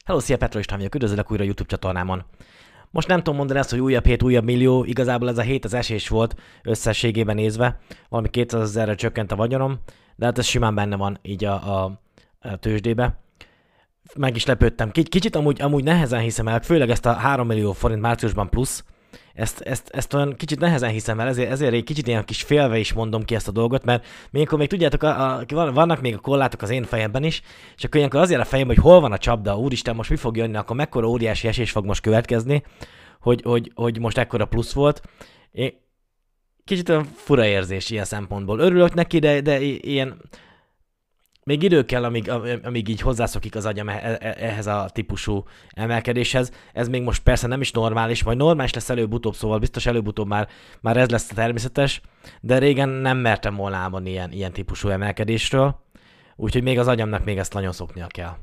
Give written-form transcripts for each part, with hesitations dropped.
Hello, szia, Petro István vagyok, üdvözlök újra a YouTube csatornámon. Most nem tudom mondani azt, hogy újabb hét, újabb millió, igazából ez a hét az esés volt összességében nézve, valami 200 000-re csökkent a vagyonom, de hát ez simán benne van így a tőzsdébe. Meg is lepődtem. Kicsit amúgy nehezen hiszem el, főleg ezt a 3 millió forint márciusban plusz, ezt olyan kicsit nehezen hiszem el, ezért egy kicsit ilyen kis félve is mondom ki ezt a dolgot, mert ilyenkor még tudjátok, vannak még a korlátok az én fejemben is, és akkor ilyenkor azért a fejemben, hogy hol van a csapda, úristen, most mi fog jönni, akkor mekkora óriási esés fog most következni, hogy most ekkora plusz volt. Kicsit olyan fura érzés ilyen szempontból. Örülök neki, de ilyen még idő kell, amíg így hozzászokik az agyam ehhez a típusú emelkedéshez. Ez még most persze nem is normális, majd normális lesz előbb-utóbb, szóval biztos előbb-utóbb már ez lesz a természetes, de régen nem mertem volna álmodni ilyen típusú emelkedésről, úgyhogy még az agyamnak még ezt nagyon szoknia kell.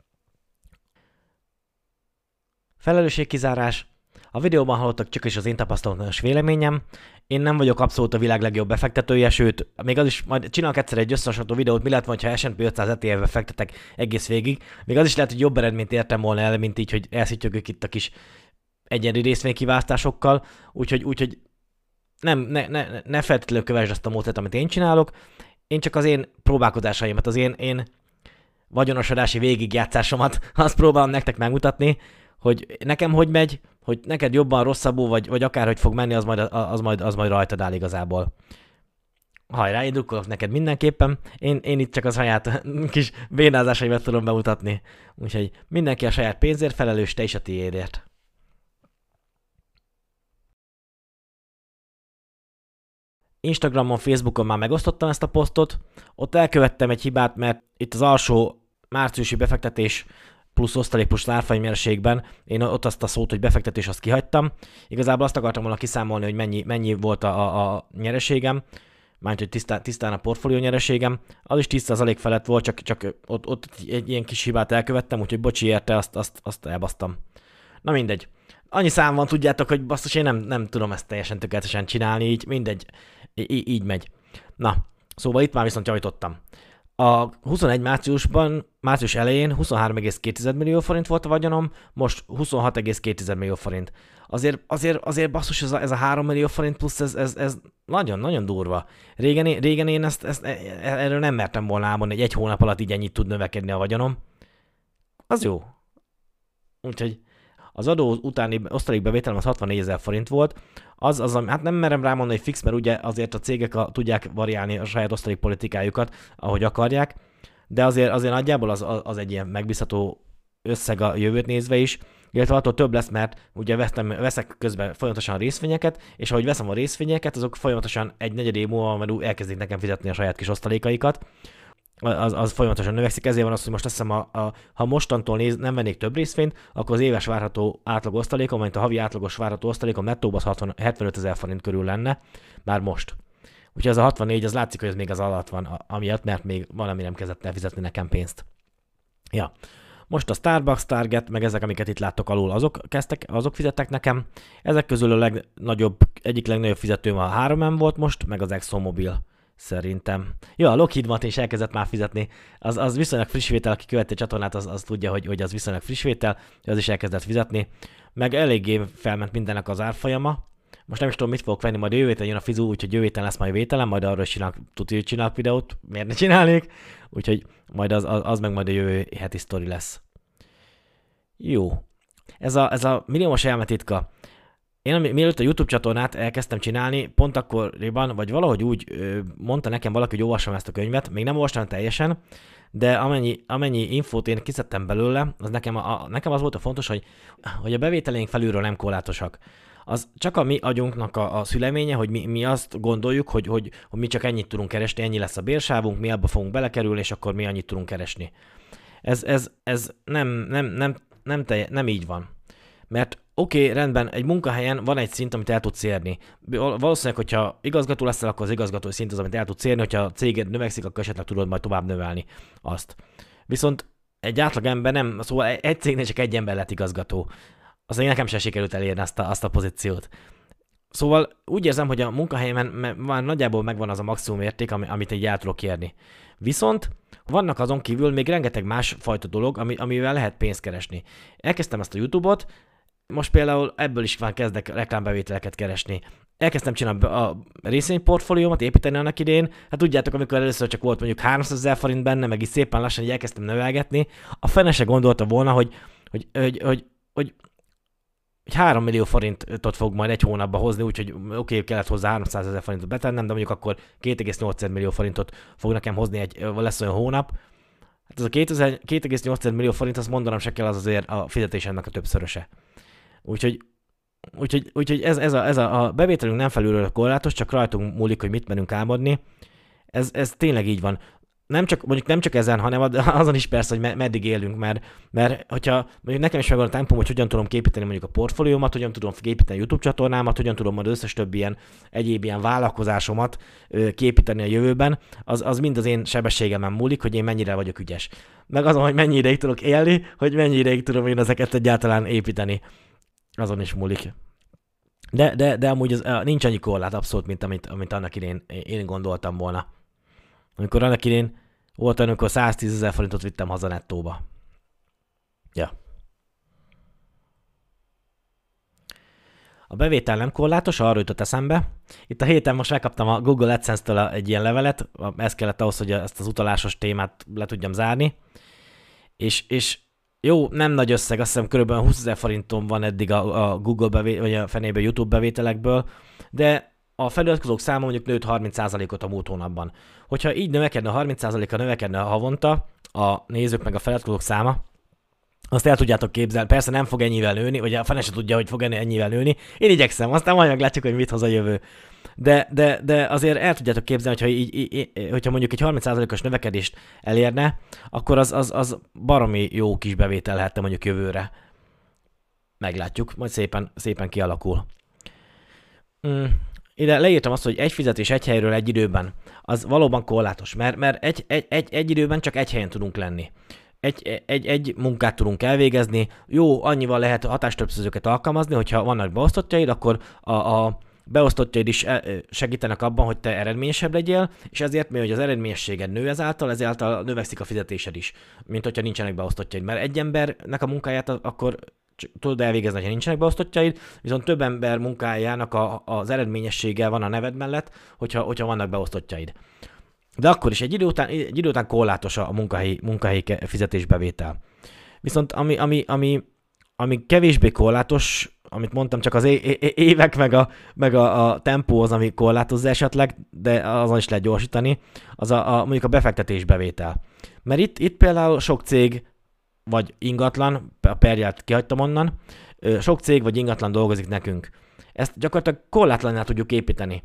Felelősségkizárás. A videóban hallottak csak is az én tapasztalatos véleményem. Én nem vagyok abszolút a világ legjobb befektetője, sőt, még az is, majd csinálok egyszer egy összehasonlító videót, mi lehet, ha S&P 500 ETF-be fektetek egész végig. Még az is lehet, hogy jobb eredményt értem volna el, mint így, hogy elszítjuk itt a kis egyedi részvénykiválasztásokkal. Úgyhogy ne feltétlenül kövesd azt a módszert, amit én csinálok. Én csak az én próbálkozásaimat, az én vagyonosodási végigjátszásomat, azt próbálom nektek megmutatni, hogy nekem hogy megy, hogy neked jobban rosszabbul, vagy akárhogy fog menni, az majd rajtad áll igazából. Hajrá, én drukkolok neked mindenképpen. Én itt csak a saját kis bénázásaimat tudom bemutatni. Úgyhogy mindenki a saját pénzért felelős, te is a tiédért. Instagramon, Facebookon már megosztottam ezt a posztot. Ott elkövettem egy hibát, mert itt az alsó márciusi befektetés plusz osztalék plusz árfolyamnyereségben én ott azt a szót, hogy befektetés, azt kihagytam. Igazából azt akartam volna kiszámolni, hogy mennyi volt a nyereségem, mármint, hogy tisztán a portfólió nyereségem. Az is 10% felett volt, csak ott egy ilyen kis hibát elkövettem, úgyhogy bocsi érte, azt elbasztam. Na mindegy. Annyi szám van, tudjátok, hogy basszus, én nem tudom ezt teljesen tökéletesen csinálni, így mindegy, így megy. Na, szóval itt már viszont javítottam. A 21 március elején 23,2 millió forint volt a vagyonom, most 26,2 millió forint. Azért basszus, ez a 3 millió forint plusz, ez nagyon-nagyon durva. Régen én erről nem mertem volna álmodni, hogy egy hónap alatt így ennyit tud növekedni a vagyonom. Az jó. Úgyhogy az adó utáni osztalékbevételem az 64 000 forint volt. Hát nem merem rámondani, hogy fix, mert ugye azért a cégek tudják variálni a saját osztalékpolitikájukat, ahogy akarják, de azért nagyjából az egy ilyen megbízható összeg a jövőt nézve is, illetve attól több lesz, mert ugye veszek közben folyamatosan részvényeket, és ahogy veszem a részvényeket, azok folyamatosan egy negyed év múlva elkezdik nekem fizetni a saját kis osztalékaikat, az folyamatosan növekszik, ezért van az, hogy most azt hiszem, ha mostantól nem vennék több részvényt, akkor az éves várható átlag osztalékom, mint a havi átlagos várható osztalékom nettóban az 75 000 forint körül lenne, már most. Úgyhogy az a 64, az látszik, hogy ez még az alatt van, amiatt, mert még valami nem kezdett el fizetni nekem pénzt. Ja. Most a Starbucks, Target, meg ezek, amiket itt láttok alul, azok fizettek nekem. Ezek közül egyik legnagyobb fizetőm a 3M volt most, meg az ExxonMobil. Szerintem. Jó, a Lockheed Martin is elkezdett már fizetni. Az viszonylag friss vétel, aki követi a csatornát, az tudja, hogy az viszonylag friss vétel, az is elkezdett fizetni. Meg eléggé felment mindennek az árfolyama. Most nem is tudom, mit fogok venni, majd jövő héten jön a fizu, úgyhogy jövő héten lesz majd vételem, majd arról is csinálok videót, miért ne csinálnék. Úgyhogy majd az meg majd a jövő heti sztori lesz. Jó. Ez a milliómos elmetitka. Én mielőtt a YouTube csatornát elkezdtem csinálni, pont akkoriban, vagy valahogy úgy mondta nekem valaki, hogy olvassam ezt a könyvet, még nem olvastam teljesen, de amennyi infót én kiszedtem belőle, az nekem az volt a fontos, hogy a bevételeink felülről nem korlátosak. Az csak a mi agyunknak a szüleménye, hogy mi azt gondoljuk, hogy mi csak ennyit tudunk keresni, ennyi lesz a bérsávunk, mi abba fogunk belekerülni, és akkor mi annyit tudunk keresni. Ez nem így van. Mert oké, rendben, egy munkahelyen van egy szint, amit el tudsz érni. Valószínűleg, hogyha igazgató leszel, akkor az igazgatói szint az, amit el tudsz érni, hogyha a céged növekszik, akkor esetleg tudod majd tovább növelni azt. Viszont egy átlag ember nem, szóval egy cégnél csak egy ember lett igazgató. Azért nekem sem sikerült elérni azt a pozíciót. Szóval úgy érzem, hogy a munkahelyemen már nagyjából megvan az a maximum érték, amit egy el tudok érni. Viszont vannak azon kívül még rengeteg más fajta dolog, amivel lehet pénzt keresni. Elkezdtem ezt a YouTube-ot, most például ebből is már kezdek reklámbevételeket keresni. Elkezdtem csinálni a részvényportfóliómat, építeni annak idén. Hát tudjátok, amikor először csak volt mondjuk 300 000 forint benne, meg is szépen lassan így elkezdtem növelgetni, a fene se gondolta volna, hogy 3 millió forintot fog majd egy hónapba hozni, úgyhogy oké, kellett hozzá 300 000 forintot betennem, de mondjuk akkor 2,8 millió forintot fog nekem hozni lesz olyan hónap. Hát az a 2,8 millió forint, azt mondanom se kell, az azért a fizetésemnek a többszöröse. Úgyhogy ez a bevételünk nem felülről korlátos, csak rajtunk múlik, hogy mit merünk álmodni. Ez tényleg így van. Nem csak ezen, hanem azon is persze, hogy meddig élünk, mert hogyha mondjuk nekem is megvan a tempóm, hogy hogyan tudom képíteni mondjuk a portfóliómat, hogyan tudom képíteni a YouTube csatornámat, hogyan tudom majd összes többi egyéb ilyen vállalkozásomat képíteni a jövőben, az mind az én sebességemen múlik, hogy én mennyire vagyok ügyes. Meg azon, hogy mennyi ideig tudok élni, hogy mennyi ideig tudom én ezeket egyáltalán építeni. Azon is múlik. De amúgy nincs annyi korlát abszolút, mint annak idén én gondoltam volna. Amikor annak idén volt, amikor 110 000 forintot vittem haza nettóba. Ja. A bevétel nem korlátos, arra jutott eszembe. Itt a héten most megkaptam a Google AdSense-től egy ilyen levelet, ez kellett ahhoz, hogy ezt az utalásos témát le tudjam zárni. És jó, nem nagy összeg, azt hiszem kb. 20 000 forintom van eddig a Google vagy a fenébe YouTube bevételekből, de a feliratkozók száma mondjuk nőtt 30%-ot a múlt hónapban. Hogyha így növekedne, 30%-a növekedne havonta a nézők meg a feliratkozók száma, azt el tudjátok képzelni, persze nem fog ennyivel nőni, vagy a fene se tudja, hogy fog ennyivel nőni. Én igyekszem, aztán majd meglátjuk, hogy mit hoz a jövő. De azért el tudjátok képzelni, hogyha mondjuk egy 30%-os növekedést elérne, akkor az baromi jó kis bevétel lehetne mondjuk jövőre. Meglátjuk, majd szépen kialakul. Ide leírtam azt, hogy egy fizetés egy helyről egy időben. Az valóban korlátos, mert egy időben csak egy helyen tudunk lenni. Egy munkát tudunk elvégezni. Jó, annyival lehet hatástöbbszörzőket alkalmazni, hogyha vannak beosztottjaid, akkor a beosztottjaid is segítenek abban, hogy te eredményesebb legyél, és ezért, mivel az eredményességed nő ezáltal növekszik a fizetésed is, mint hogyha nincsenek beosztottjaid. Mert egy embernek a munkáját akkor tudod elvégezni, ha nincsenek beosztottjaid, viszont több ember munkájának az eredményessége van a neved mellett, hogyha vannak beosztottjaid. De akkor is egy idő után korlátos a munkahelyi fizetésbevétel. Viszont ami kevésbé korlátos, amit mondtam, csak az évek meg a tempó az, ami korlátozza esetleg, de azon is lehet gyorsítani, az mondjuk a befektetésbevétel. Mert itt például sok cég vagy ingatlan, a perját kihagytam onnan, sok cég vagy ingatlan dolgozik nekünk. Ezt gyakorlatilag korlátlannál tudjuk építeni.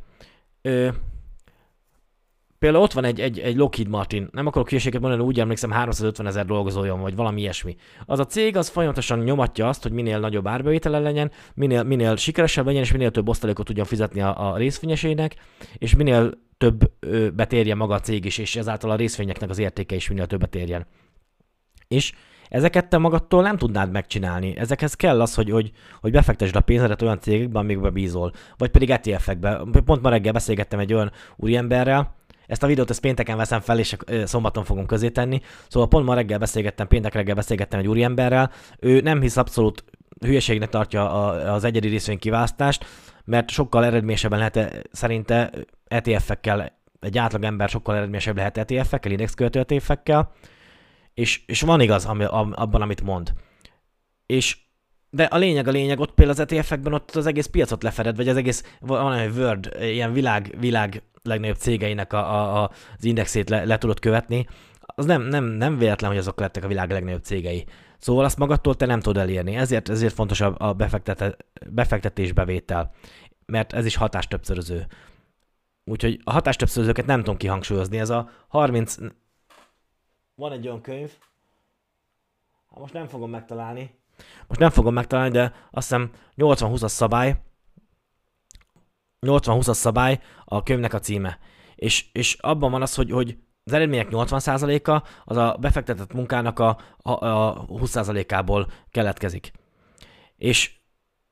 Például ott van egy Lockheed Martin, nem akarok hülyeséget mondani, úgy emlékszem 350 000 dolgozója van, vagy valami ilyesmi. Az a cég az folyamatosan nyomatja azt, hogy minél nagyobb árbevétele legyen, minél sikeresebb legyen, és minél több osztalékot tudjon fizetni a részvényesének, és minél több betérjen maga a cég is, és ezáltal a részvényeknek az értéke is minél többet érjen. És ezeket te magadtól nem tudnád megcsinálni. Ezekhez kell az, hogy befektesd a pénzedet olyan cégekbe, amikbe bízol. Vagy pedig ETF-ekbe. Pont ma reggel beszélgettem egy olyan úriemberrel, ezt a videót pénteken veszem fel, és szombaton fogom közé tenni. Szóval pont ma péntek reggel beszélgettem egy úriemberrel. Ő nem hisz abszolút hülyeségnek tartja az egyedi részvény kiválasztást, mert sokkal eredményesebben lehet szerinte ETF-ekkel, egy átlag ember sokkal eredményesebb lehet ETF-ekkel, indexkövető ETF-ekkel, és van igaz abban, amit mond. De a lényeg, ott például az ETF-ekben ott az egész piacot lefeded, vagy az egész, van egy World, ilyen világ legnagyobb cégeinek az indexét le tudod követni, az nem véletlen, hogy azok lettek a világ legnagyobb cégei. Szóval azt magadtól te nem tudod elérni, ezért fontos a befektetésbevétel, mert ez is hatástöbbszöröző. Úgyhogy a hatástöbbszörözőket nem tudom kihangsúlyozni, ez a 30... Van egy olyan könyv, most nem fogom megtalálni, de azt hiszem 80-20-as szabály, 80-20-as szabály a könyvnek a címe. És abban van az, hogy az eredmények 80%-a az a befektetett munkának a 20%-ából keletkezik. És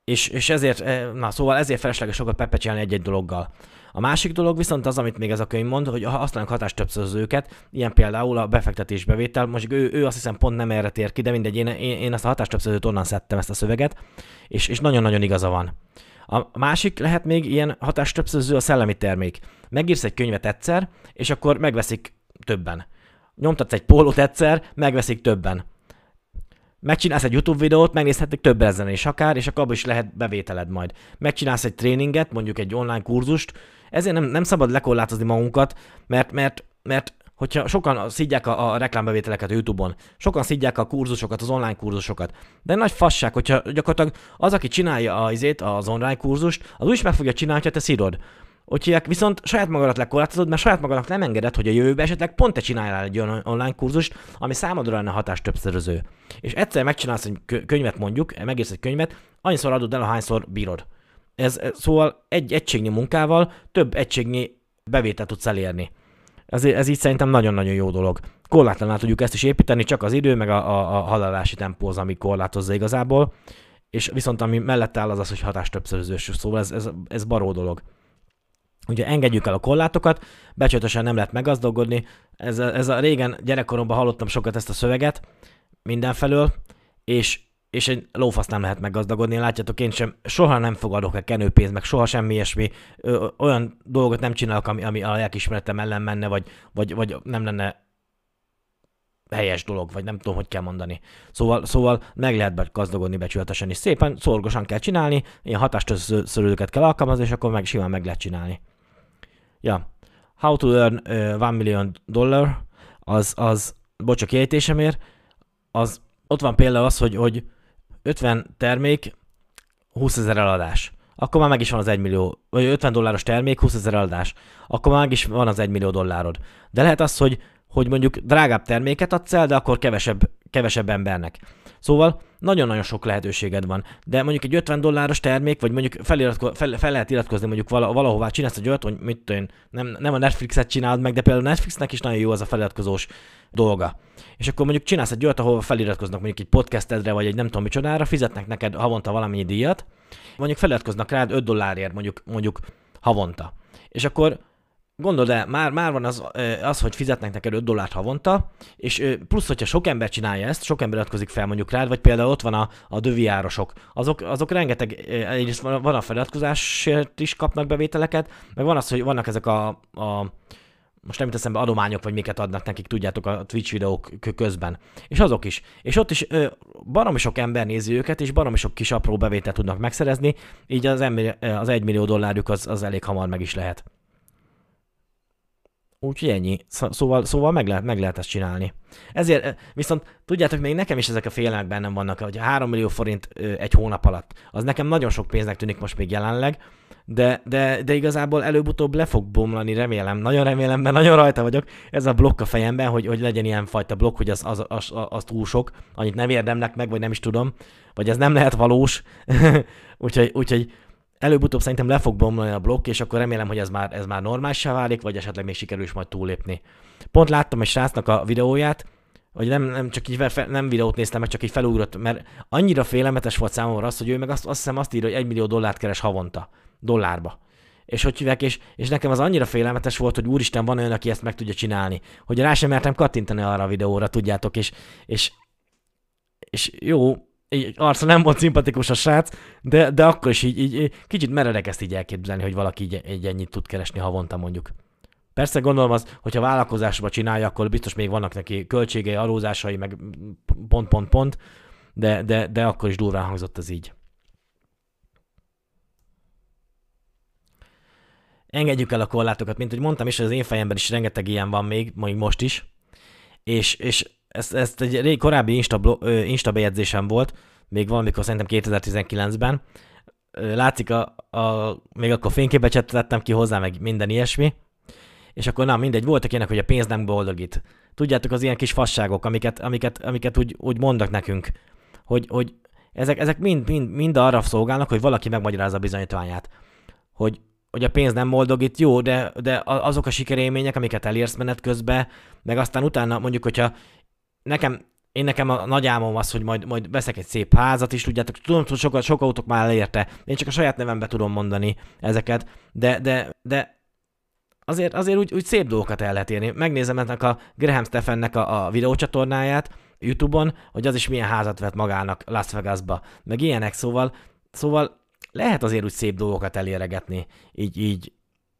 és ezért, szóval ezért felesleges sokat pepecselni egy-egy dologgal. A másik dolog viszont az, amit még ez a könyv mond, hogy használunk hatástöbbszörözőket, ilyen például a befektetésbevétel, most ő azt hiszem pont nem erre tér ki, de mindegy, én ezt a hatástöbbszörözőt onnan szedtem, ezt a szöveget, és nagyon-nagyon igaza van. A másik lehet még ilyen hatástöbbszöröző a szellemi termék. Megírsz egy könyvet egyszer, és akkor megveszik többen. Nyomtatsz egy pólót egyszer, megveszik többen. Megcsinálsz egy YouTube videót, megnézhetik több ezen is akár, és akkor abban is lehet bevételed majd. Megcsinálsz egy tréninget, mondjuk egy online kurzust, ezért nem szabad lekorlátozni magunkat, mert hogyha sokan szidják a reklámbevételeket a YouTube-on, sokan szidják a kurzusokat, az online kurzusokat, de nagy fasság, hogyha gyakorlatilag az, aki csinálja az online kurzust, az úgy is meg fogja csinálni, ha te szidod. Úgyhogy viszont saját magadat lekorlátozod, mert saját magadnak nem engeded, hogy a jövőben esetleg pont te csináljál egy olyan online kurzust, ami számodra lenne hatástöbbszöröző. És egyszer megcsinálsz egy könyvet mondjuk, megírsz egy könyvet, annyiszor adod el, ahányszor bírod. Szóval egy egységnyi munkával több egységnyi bevételt tudsz elérni. Ez így szerintem nagyon-nagyon jó dolog. Korlátlanul tudjuk ezt is építeni, csak az idő, meg a haladási tempó az, ami korlátozza igazából, és viszont ami mellett áll az, hogy hatástöbbszörözős, szóval ez baró dolog. Ugye engedjük el a korlátokat, becsületesen nem lehet meggazdagodni. Ez a régen gyerekkoromban hallottam sokat ezt a szöveget mindenfelől, és egy lófasz nem lehet meggazdagodni. Látjátok, én sem soha nem fogadok el kenőpénzt, meg soha semmi ilyesmi olyan dolgot nem csinálok, ami a lelkiismeretem ellen menne, vagy nem lenne helyes dolog, vagy nem tudom, hogy kell mondani. Szóval meg lehet gazdagodni becsületesen, és szépen, szorgosan kell csinálni, ilyen hatástöbbszörözőket kell alkalmazni, és akkor simán meg lehet csinálni. Ja, How to Earn $1 Million, bocs a kiejtésemért, ott van például az, hogy 50 termék, 20 000 eladás. Akkor már meg is van az 1 millió, vagy $50 termék, 20 000 eladás. Akkor már meg is van az $1 millió. De lehet az, hogy mondjuk drágább terméket adsz el, de akkor kevesebb embernek. Szóval nagyon-nagyon sok lehetőséged van. De mondjuk egy $50 termék, vagy mondjuk fel lehet iratkozni mondjuk valahová, csinálsz egy olyat, hogy mit tudom, nem a Netflixet csinálod meg, de például a Netflixnek is nagyon jó az a feliratkozós dolga. És akkor mondjuk csinálsz egy olyat, ahol feliratkoznak mondjuk egy podcastedre, vagy egy nem tudom micsodára, fizetnek neked havonta valamennyi díjat, mondjuk feliratkoznak rád $5 mondjuk havonta. És akkor gondold el, már van az, hogy fizetnek neked $5 havonta, és plusz, hogyha sok ember csinálja ezt, sok ember iratkozik fel mondjuk rád, vagy például ott van a döviárosok, azok rengeteg, egyrészt van a feliratkozásért is kapnak bevételeket, meg van az, hogy vannak ezek most nem jut eszembe, adományok, vagy miket adnak nekik, tudjátok, a Twitch videók közben. És azok is. És ott is baromi sok ember nézi őket, és baromi sok kis apró bevételt tudnak megszerezni, így az $1 millió az elég hamar meg is lehet. Úgyhogy ennyi. Szóval meg lehet ezt csinálni. Ezért viszont tudjátok, még nekem is ezek a félelmek bennem vannak, hogy 3 millió forint egy hónap alatt. Az nekem nagyon sok pénznek tűnik most még jelenleg, de igazából előbb-utóbb le fog bomlani, remélem. Nagyon remélem, mert nagyon rajta vagyok. Ez a blokk a fejemben, hogy legyen ilyen fajta blokk, hogy az túl sok, annyit nem érdemlek meg, vagy nem is tudom, vagy ez nem lehet valós. úgyhogy előbb-utóbb szerintem le fog bomlani a blokk, és akkor remélem, hogy ez már normálissá válik, vagy esetleg még sikerül is majd túllépni. Pont láttam egy srácnak a videóját, hogy nem csak így nem videót néztem meg, csak így felugrott, mert annyira félelmetes volt számomra az, hogy ő meg azt hiszem azt írja, hogy $1 millió keres havonta, dollárba. És hogy hívják, és nekem az annyira félelmetes volt, hogy úristen, van olyan, aki ezt meg tudja csinálni, hogy rá sem mertem kattintani arra a videóra, tudjátok, és jó, arca nem volt szimpatikus a srác, de akkor is így kicsit meredek ezt így elképzelni, hogy valaki így ennyit tud keresni havonta mondjuk. Persze gondolom az, hogyha vállalkozásba csinálja, akkor biztos még vannak neki költségei, adózásai, meg pont, de akkor is durván hangzott az így. Engedjük el a korlátokat, mint hogy mondtam is, az én fejemben is rengeteg ilyen van még most is, és ezt egy korábbi Insta bejegyzésem volt, még valamikor szerintem 2019-ben. Látszik, még akkor fényképet tettem ki hozzá, meg minden ilyesmi. És akkor mindegy, voltak ilyenek, hogy a pénz nem boldogít. Tudjátok, az ilyen kis fasságok, amiket úgy mondnak nekünk, hogy ezek mind arra szolgálnak, hogy valaki megmagyarázza a bizonyítványát. Hogy a pénz nem boldogít, jó, de azok a sikerélmények, amiket elérsz menet közben, meg aztán utána mondjuk, hogyha én nekem a nagy álmom az, hogy majd veszek egy szép házat is, tudjátok, tudom, hogy sok autók már elérte, én csak a saját nevembe tudom mondani ezeket, de azért úgy szép dolgokat el lehet érni. Megnézem ennek a Graham Stephennek a videócsatornáját YouTube-on, hogy az is milyen házat vett magának Las Vegasba, meg ilyenek, szóval lehet azért úgy szép dolgokat eléregetni, így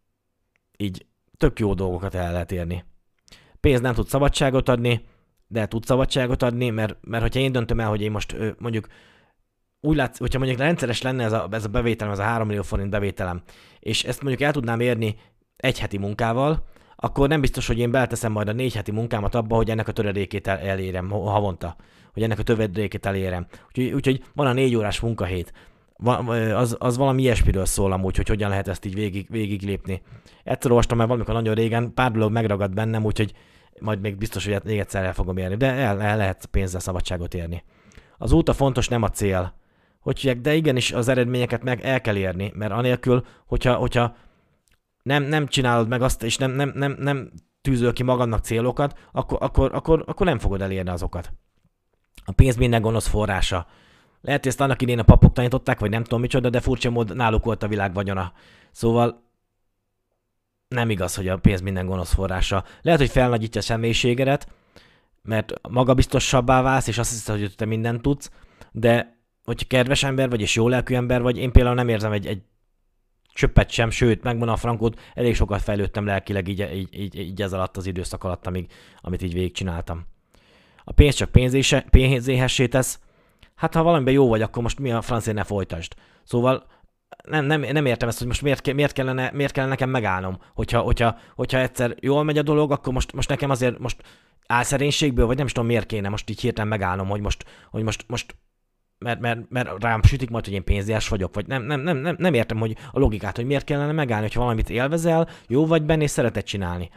tök jó dolgokat el lehet érni. Pénz nem tud szabadságot adni, de tud szabadságot adni, mert hogyha én döntöm el, hogy én most mondjuk úgy látsz, hogyha mondjuk rendszeres lenne ez a bevételem, ez a 3 millió forint bevételem, és ezt mondjuk el tudnám érni egy heti munkával, akkor nem biztos, hogy én beleteszem majd a 4 heti munkámat abba, hogy ennek a töredékét elérem havonta, hogy ennek a töredékét elérem. Úgyhogy van a 4 órás munkahét. Az valami ilyesmiről szól amúgy, hogy hogyan lehet ezt így végig lépni. Egyszer olvastam már valamikor nagyon régen, pár dolog megragad bennem, úgyhogy majd még biztos, hogy még egyszer el fogom érni, de el lehet pénzzel szabadságot érni. Az út a fontos, nem a cél. De igenis az eredményeket meg el kell érni, mert anélkül, hogyha nem csinálod meg azt, és nem tűzöl ki magadnak célokat, akkor nem fogod elérni azokat. A pénz minden gonosz forrása. Lehet, hogy ezt annak idén a papok tanították, vagy nem tudom micsoda, de furcsa mód náluk volt a világ vagyona. Szóval nem igaz, hogy a pénz minden gonosz forrása. Lehet, hogy felnagyítja a személyiségedet, mert magabiztosabbá válsz, és azt hiszed, hogy te mindent tudsz, de hogyha kedves ember vagy, és jó lelkű ember vagy, én például nem érzem egy csöppet sem, sőt, megmondom a frankót, elég sokat fejlődtem lelkileg így ez alatt az időszak alatt, amit így végigcsináltam. A pénz csak pénzéhessé tesz. Hát ha valamiben jó vagy, akkor most mi a francért ne folytasd. Szóval nem értem ezt, hogy most miért kellene nekem megállnom. Hogyha egyszer jól megy a dolog, akkor most nekem azért most álszerénységből, vagy nem is tudom miért kéne most így hirtelen megállnom, hogy most mert rám sütik majd, hogy én pénzéhes vagyok, vagy nem értem, hogy a logikát, hogy miért kellene megállni, hogyha valamit élvezel, jó vagy benne, és szereted csinálni.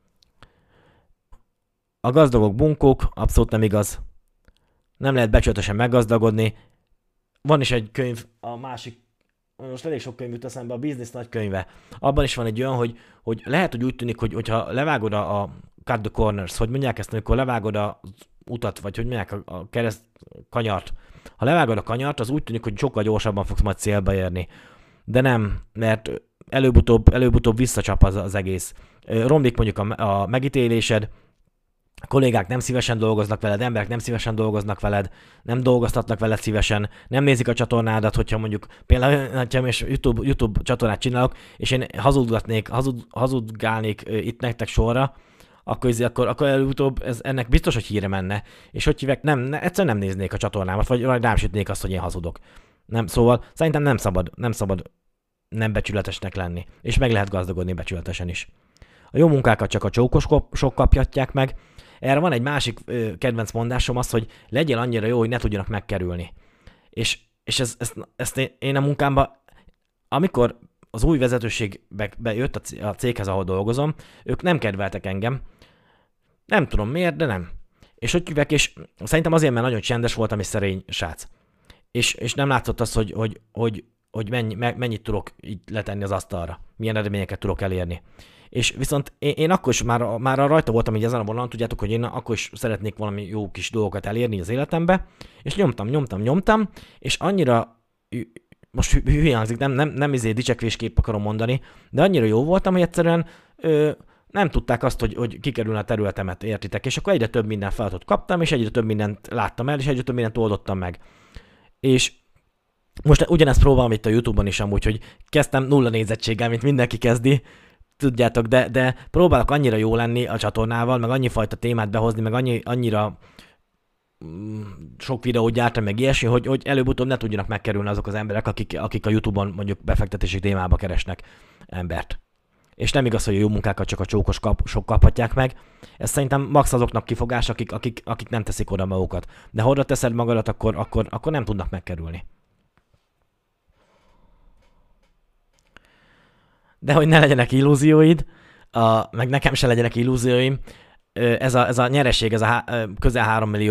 A gazdagok bunkók, abszolút nem igaz. Nem lehet becsületesen meggazdagodni. Van is egy könyv, a másik, most elég sok könyv jut eszembe, a Business nagy könyve. Abban is van egy olyan, hogy lehet, hogy úgy tűnik, hogyha levágod a cut the corners, hogy mondják ezt, amikor levágod az utat, vagy hogy mondják a kereszt kanyart. Ha levágod a kanyart, az úgy tűnik, hogy sokkal gyorsabban fogsz majd célba érni. De nem, mert előbb-utóbb visszacsap az egész. Romlik mondjuk a megítélésed, a kollégák nem szívesen dolgoznak veled, emberek nem szívesen dolgoznak veled, nem dolgoztatnak veled szívesen, nem nézik a csatornádat, hogyha mondjuk például és YouTube csatornát csinálok, és én hazudgálnék itt nektek sorra, akkor előbb-utóbb ennek biztos, hogy híre menne. És hogy hívják, egyszerűen nem néznék a csatornámat, vagy rám sütnék azt, hogy én hazudok. Szóval szerintem nem szabad nem becsületesnek lenni. És meg lehet gazdagodni becsületesen is. A jó munkákat csak a csókosok kapjatják meg. Erre van egy másik kedvenc mondásom az, hogy legyél annyira jó, hogy ne tudjanak megkerülni. És ezt én a munkámban, amikor az új vezetőség bejött a céghez, ahol dolgozom, ők nem kedveltek engem. Nem tudom miért, de nem. És hogy hívják, és szerintem azért, mert nagyon csendes voltam és szerény srác. És nem látszott az, hogy mennyit tudok így letenni az asztalra. Milyen eredményeket tudok elérni. És viszont én akkor is már rajta voltam így ezen a vonalon, tudjátok, hogy én akkor is szeretnék valami jó kis dolgokat elérni az életembe, és nyomtam, és annyira, most hülye hangzik, nem dicsekvésképp akarom mondani, de annyira jó voltam, hogy egyszerűen nem tudták azt, hogy kikerülne a területemet, értitek, és akkor egyre több minden feladatot kaptam, és egyre több mindent láttam el, és egyre több mindent oldottam meg. És most ugyanezt próbálom itt a YouTube-on is amúgy, hogy kezdtem nulla nézettséggel, mint mindenki kezdi, tudjátok, de próbálok annyira jó lenni a csatornával, meg annyi fajta témát behozni, meg annyira sok videót gyártam, meg ilyesmi, hogy előbb-utóbb ne tudjanak megkerülni azok az emberek, akik a YouTube-on mondjuk befektetési témába keresnek embert. És nem igaz, hogy a jó munkákat csak a csókosok kaphatják meg. Ez szerintem max azoknak kifogás, akik nem teszik oda magukat. De ha oda teszed magadat, akkor nem tudnak megkerülni. De hogy ne legyenek illúzióid, meg nekem se legyenek illúzióim, ez a nyereség, ez a közel 3 millió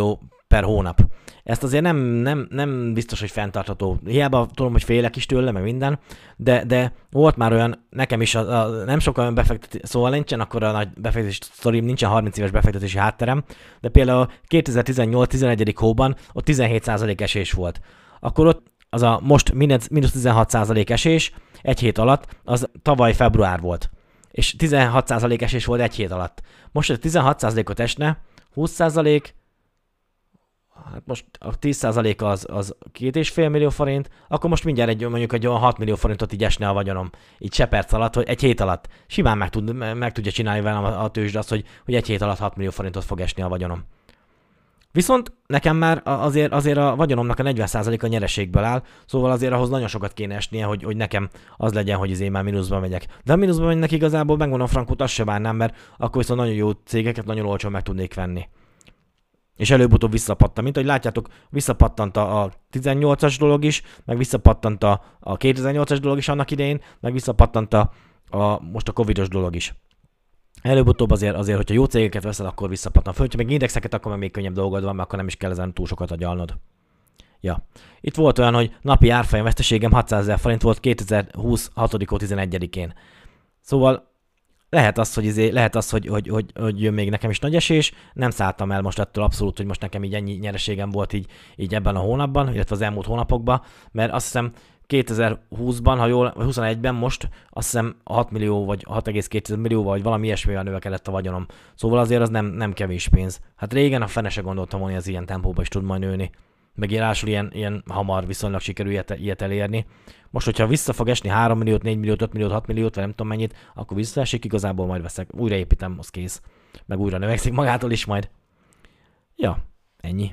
per hónap. Ezt azért nem biztos, hogy fenntartható. Hiába tudom, hogy félek is tőle, meg minden, de volt már olyan, nekem is nem sokkal olyan befektetés, szóval nincsen akkor a nagy befektetési sztorim, nincsen 30 éves befektetési hátterem, de például 2018-11. hóban ott 17% esés volt. Akkor ott az a most mínusz 16% esés egy hét alatt, az tavaly február volt. És 16% esés volt egy hét alatt. Most, hogy 16%-ot esne, 20%, hát most a 10% az 2,5 millió forint, akkor most mindjárt mondjuk egy olyan 6 millió forintot így esne a vagyonom. Így se perc alatt, hogy egy hét alatt. Simán meg tudja csinálni velem a tőzsde azt, hogy egy hét alatt 6 millió forintot fog esni a vagyonom. Viszont nekem már azért a vagyonomnak a 40%-a nyereségből áll, szóval azért ahhoz nagyon sokat kéne esnie, hogy nekem az legyen, hogy én már mínuszba megyek. De a mínuszba mennek igazából, megmondom frankot, azt se bánnám, mert akkor viszont nagyon jó cégeket nagyon olcsón meg tudnék venni. És előbb-utóbb visszapattant. Mint ahogy látjátok, visszapattant a 18-as dolog is, meg visszapattant a 2008-as dolog is annak idején, meg visszapattant most a Covidos dolog is. Előbb-utóbb azért, hogyha jó cégeket veszel, akkor visszapattan föl. Ha meg indexeket, akkor még könnyebb dolgod van, mert akkor nem is kell ezen túl sokat agyalnod. Ja. Itt volt olyan, hogy napi árfolyam veszteségem 600 000 forint volt 2020 6-11-én. Szóval lehet az, hogy jön még nekem is nagy esés, nem szálltam el most ettől abszolút, hogy most nekem így ennyi nyereségem volt így ebben a hónapban, illetve az elmúlt hónapokban, mert azt hiszem 2020-ban, ha jól, 21-ben most azt hiszem 6 millió vagy 6,2 millió vagy valami ilyesmivel növekedett a vagyonom. Szóval azért az nem kevés pénz. Hát régen a fene se gondoltam volna, hogy az ilyen tempóban is tud majd nőni. Meg ilyen hamar viszonylag sikerül ilyet elérni. Most, hogyha vissza fog esni 3 milliót, 4 milliót, 5 milliót, 6 milliót, vagy nem tudom mennyit, akkor visszaesik, igazából majd veszek, újraépítem, az kész. Meg újra növekszik magától is majd. Ja, ennyi.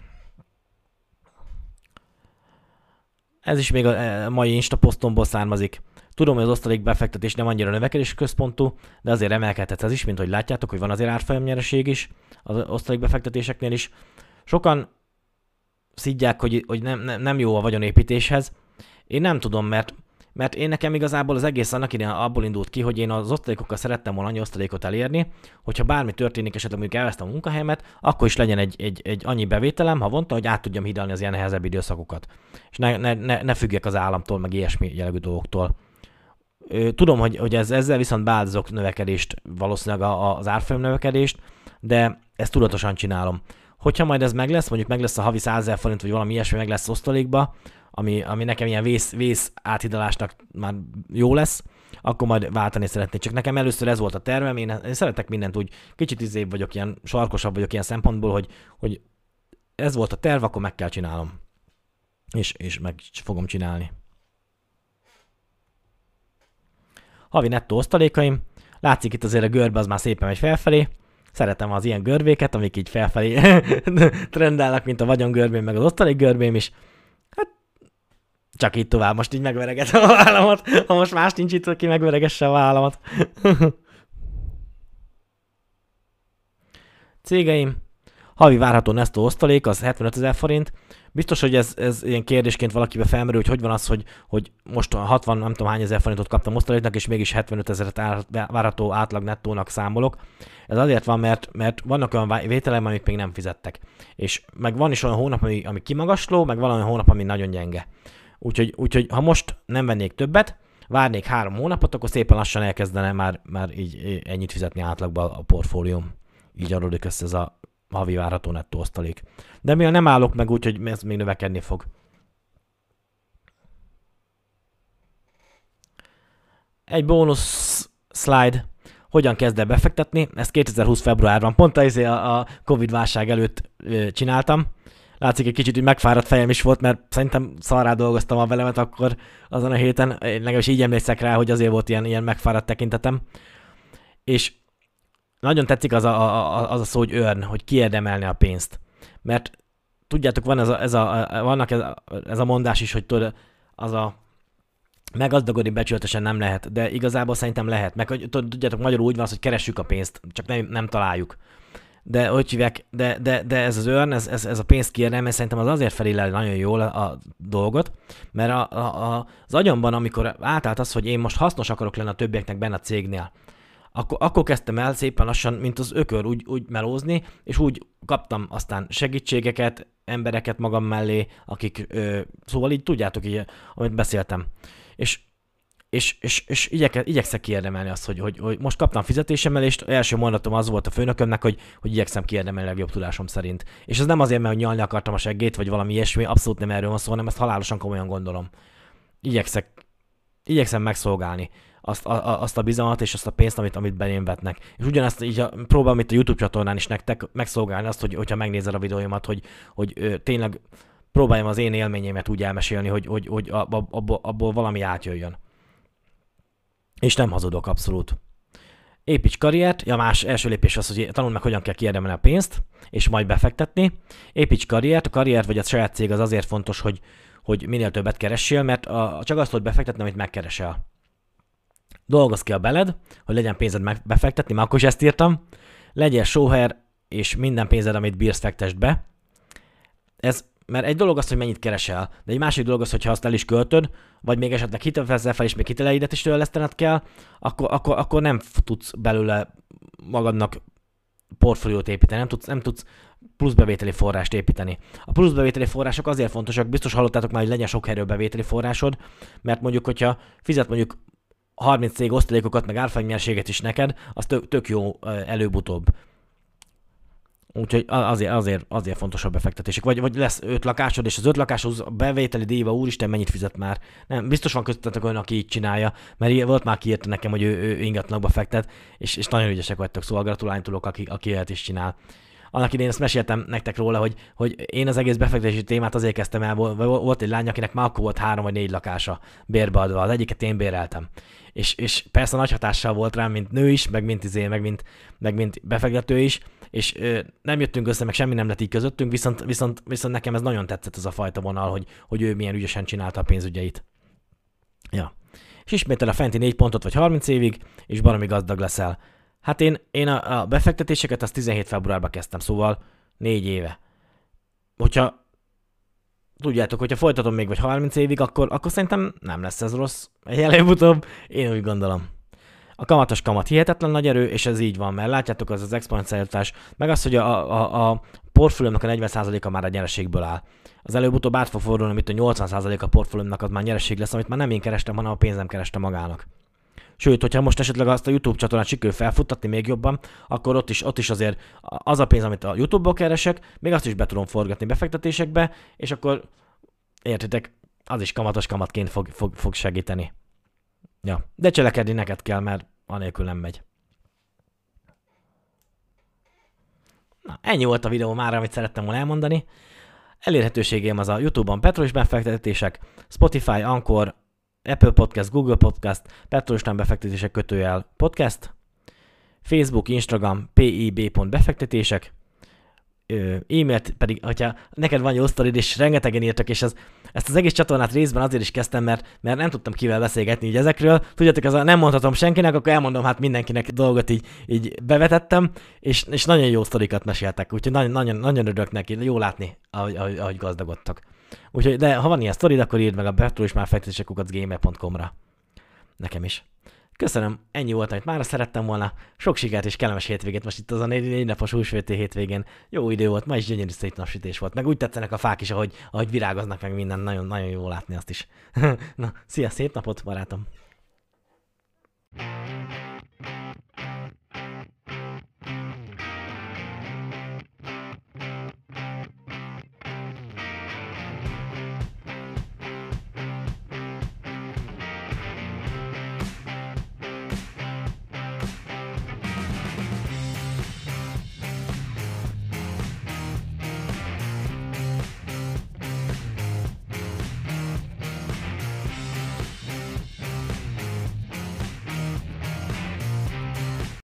Ez is még a mai Insta posztomból származik. Tudom, hogy az osztalék befektetés nem annyira növekedés központú, de azért emelkedhet ez is, mint hogy látjátok, hogy van azért árfolyamnyereség is az osztalék befektetéseknél is. Sokan szidják, hogy nem jó a vagyonépítéshez. Én nem tudom, mert én nekem igazából az egész annak idején abból indult ki, hogy én az osztalékokkal szerettem volna annyi osztalékot elérni, hogyha bármi történik, esetleg mondjuk elvesztem a munkahelyemet, akkor is legyen egy annyi bevételem havonta, hogy át tudjam hidalni az ilyen nehezebb időszakokat. És ne függjek az államtól, meg ilyesmi jellegű dolgoktól. Tudom, hogy ezzel viszont beáldozok növekedést, valószínűleg az árfolyam növekedést, de ezt tudatosan csinálom. Hogyha majd ez meg lesz, mondjuk meg lesz a havi 100 000 forint, vagy valami ilyesmi meg lesz osztalékba, ami nekem ilyen vész áthidalásnak már jó lesz, akkor majd váltani szeretnék. Csak nekem először ez volt a tervem, én szeretek mindent úgy, kicsit izébb vagyok, ilyen sarkosabb vagyok ilyen szempontból, hogy ez volt a terv, akkor meg kell csinálnom. És meg fogom csinálni. Havi nettó osztalékaim. Látszik itt azért a görbe az már szépen megy felfelé. Szeretem az ilyen görbéket, amik így felfelé trendálnak, mint a vagyongörbém, meg az osztalék görbém is. Hát csak így tovább, most így megveregetem a vállamat. Ha most más nincs itt, aki megveregesse a vállamat. Cégeim. Havi várható nettó osztalék, az 75 000 forint. Biztos, hogy ez ilyen kérdésként valakibe felmerül, hogy van az, hogy most 60 nem tudom hány ezer forintot kaptam osztaléknak, és mégis 75 000 várható átlag nettónak számolok. Ez azért van, mert vannak olyan vételem, amik még nem fizettek. És meg van is olyan hónap, ami kimagasló, meg van olyan hónap, ami nagyon gyenge. Úgyhogy ha most nem vennék többet, várnék 3 hónapot, akkor szépen lassan elkezdene már így ennyit fizetni átlagban a portfólióm. Így adódik össze ez a havi várható nettó osztalék. De mivel nem állok meg úgy, hogy ez még növekedni fog. Egy bónusz slide. Hogyan kezd el befektetni? Ezt 2020 februárban, pont a Covid válság előtt csináltam. Látszik, egy kicsit megfáradt fejem is volt, mert szerintem szarrá dolgoztam a velemet akkor azon a héten. Legalábbis így emlékszek rá, hogy azért volt ilyen megfáradt tekintetem. És nagyon tetszik az a szó, hogy earn, hogy kiérdemelni a pénzt. Mert tudjátok, van ez a mondás is, hogy tudod, meggazdagodni becsületesen nem lehet, de igazából szerintem lehet. Meg tudjátok, magyarul úgy van az, hogy keressük a pénzt, csak nem találjuk. De hogy hívják, de ez az earn, ez a pénzt kiérdemelni, szerintem az azért felillel nagyon jól a dolgot, mert az agyamban, amikor átállt az, hogy én most hasznos akarok lenni a többieknek benne a cégnél, Akkor kezdtem el szépen lassan, mint az ökör, úgy melózni, és úgy kaptam aztán segítségeket, embereket magam mellé, akik, szóval így tudjátok, így, amit beszéltem. És és igyekszek kiérdemelni azt, hogy most kaptam fizetésemelést, első mondatom az volt a főnökömnek, hogy igyekszem kiérdemelni a legjobb tudásom szerint. És ez nem azért, mert nyalni akartam a seggét, vagy valami ilyesmi, abszolút nem erről van szó, hanem ezt halálosan komolyan gondolom. Igyekszem megszolgálni azt a bizalmat és azt a pénzt, amit belém vetnek. És ugyanezt így próbálom itt a YouTube csatornán is nektek megszolgálni azt, hogyha megnézel a videóimat, hogy tényleg próbáljam az én élményeimet úgy elmesélni, hogy abból valami átjöjjön. És nem hazudok abszolút. Építs karriert, első lépés az, hogy tanuld meg, hogyan kell kiérdemelni a pénzt, és majd befektetni. Építs karriert, a karrier vagy a saját cég az azért fontos, hogy minél többet keressél, mert csak azt tudod befektetni, amit megkeresel. Dolgozz ki a beled, hogy legyen pénzed befektetni, már akkor is ezt írtam. Legyél sóher, és minden pénzed, amit bírsz, fektesd be. Mert egy dolog az, hogy mennyit keresel, de egy másik dolog az, hogyha azt el is költöd, vagy még esetleg hitelezzel fel, és még hiteleidet is törlesztened kell, akkor nem tudsz belőle magadnak portfóliót építeni, nem tudsz plusz bevételi forrást építeni. A plusz bevételi források azért fontosak, biztos hallottátok már, hogy legyen sok helyről bevételi forrásod, mert mondjuk, hogyha fizet mondjuk 30 cég osztalékokat, meg árfolyamnyerséget is neked, az tök jó előbb-utóbb. Úgyhogy azért fontos a befektetések. Vagy lesz 5 lakásod, és az 5 lakáshoz bevételi díjba, úristen, mennyit fizet már. Nem, biztos van köztetek olyan, aki így csinálja, mert volt már, ki írta nekem, hogy ő ingatlanokba fektet, és nagyon ügyesek vagytok, szóval gratulálni tudok, aki ilyet is csinál. Annak idején ezt meséltem nektek róla, hogy én az egész befektetési témát azért kezdtem el, volt egy lány, akinek már akkor volt 3 vagy 4 lakása bérbeadva, az egyiket én béreltem. És persze nagy hatással volt rám, mint nő is, meg mint befektető is, és nem jöttünk össze, meg semmi nem lett így közöttünk, viszont nekem ez nagyon tetszett ez a fajta vonal, hogy ő milyen ügyesen csinálta a pénzügyeit. Ja. És ismétel a fenti 4 pontot vagy 30 évig, és baromi gazdag leszel. Hát én a befektetéseket azt 17 februárban kezdtem, szóval 4 éve. Hogyha tudjátok, hogyha folytatom még vagy 30 évig, akkor szerintem nem lesz ez rossz. Előbb-utóbb, én úgy gondolom. A kamatos kamat hihetetlen nagy erő, és ez így van, mert látjátok, az exponenciális, meg az, hogy a portfóliómnak a 40%-a már a nyereségből áll. Az előbb-utóbb át fog fordulni, amit a 80% a portfóliómnak az már nyereség lesz, amit már nem én kerestem, hanem a pénzem kereste magának. Sőt, hogyha most esetleg azt a YouTube csatornát sikerül felfuttatni még jobban, akkor ott is azért az a pénz, amit a YouTube-ból keresek, még azt is be tudom forgatni befektetésekbe, és akkor értitek, az is kamatos kamatként fog segíteni. Ja, de cselekedni neked kell, mert anélkül nem megy. Na, ennyi volt a videó már, amit szerettem volna elmondani. Elérhetőségém az a YouTube-on Petrolus befektetések, Spotify, Anchor, Apple Podcast, Google Podcast, Petrolustán befektetések -- podcast, Facebook, Instagram, pib.befektetések, e-mailt pedig, hogyha neked van jó sztorid, és rengetegen írtak, és ezt az egész csatornát részben azért is kezdtem, mert nem tudtam kivel beszélgetni így ezekről. Tudjátok, nem mondhatom senkinek, akkor elmondom, hát mindenkinek dolgot így bevetettem, és nagyon jó sztorikat meséltek, úgyhogy nagyon örülök neki, jó látni, ahogy gazdagodtak. Úgyhogy, de ha van ilyen sztorid, akkor írd meg a petrolus@gmail.com-ra. Nekem is. Köszönöm, ennyi volt, amit mára szerettem volna. Sok sikert és kellemes hétvégét most itt az a 4 napos húsvéti hétvégén. Jó idő volt, ma is gyönyörű szép napsütés volt. Meg úgy tetszenek a fák is, ahogy virágoznak meg minden. Nagyon, nagyon jó látni azt is. Na, szia, szép napot, barátom!